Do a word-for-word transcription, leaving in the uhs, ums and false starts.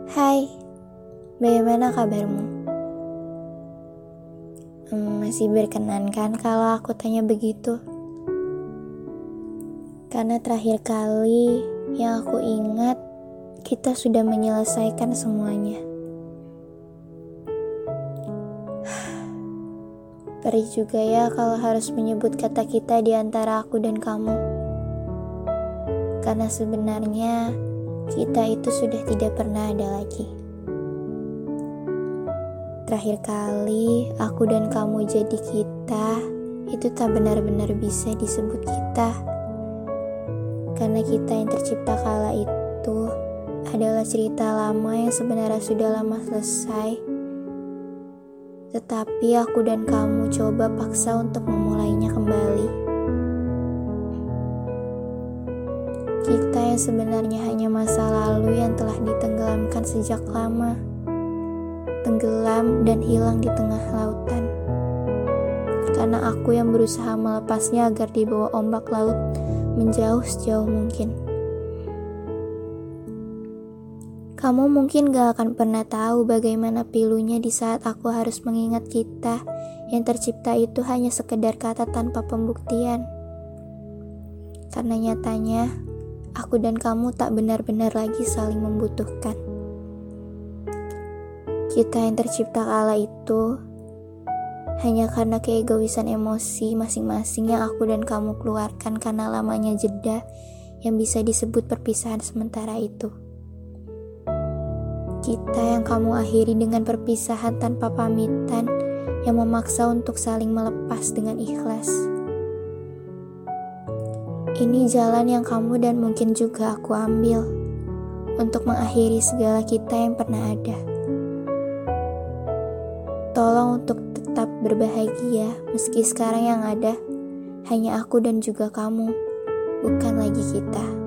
Hai, bagaimana kabarmu? Hmm, masih berkenan kan kalau aku tanya begitu? Karena terakhir kali yang aku ingat, kita sudah menyelesaikan semuanya. Perih juga ya kalau harus menyebut kata kita di antara aku dan kamu. Karena sebenarnya kita itu sudah tidak pernah ada lagi. Terakhir kali aku dan kamu jadi kita, itu tak benar-benar bisa disebut kita. Karena kita yang tercipta kala itu adalah cerita lama yang sebenarnya sudah lama selesai. Tetapi aku dan kamu coba paksa untuk memulainya kembali. Kita yang sebenarnya hanya masa lalu yang telah ditenggelamkan sejak lama. Tenggelam dan hilang di tengah lautan. Karena aku yang berusaha melepasnya agar dibawa ombak laut menjauh sejauh mungkin. Kamu mungkin gak akan pernah tahu bagaimana pilunya di saat aku harus mengingat kita yang tercipta itu hanya sekedar kata tanpa pembuktian. Karena nyatanya, aku dan kamu tak benar-benar lagi saling membutuhkan. Kita yang tercipta kala itu hanya karena keegoisan emosi masing-masing yang aku dan kamu keluarkan karena lamanya jeda yang bisa disebut perpisahan sementara itu. Kita yang kamu akhiri dengan perpisahan tanpa pamitan yang memaksa untuk saling melepas dengan ikhlas. Ini jalan yang kamu dan mungkin juga aku ambil untuk mengakhiri segala kita yang pernah ada. Tolong untuk tetap berbahagia meski sekarang yang ada hanya aku dan juga kamu, bukan lagi kita.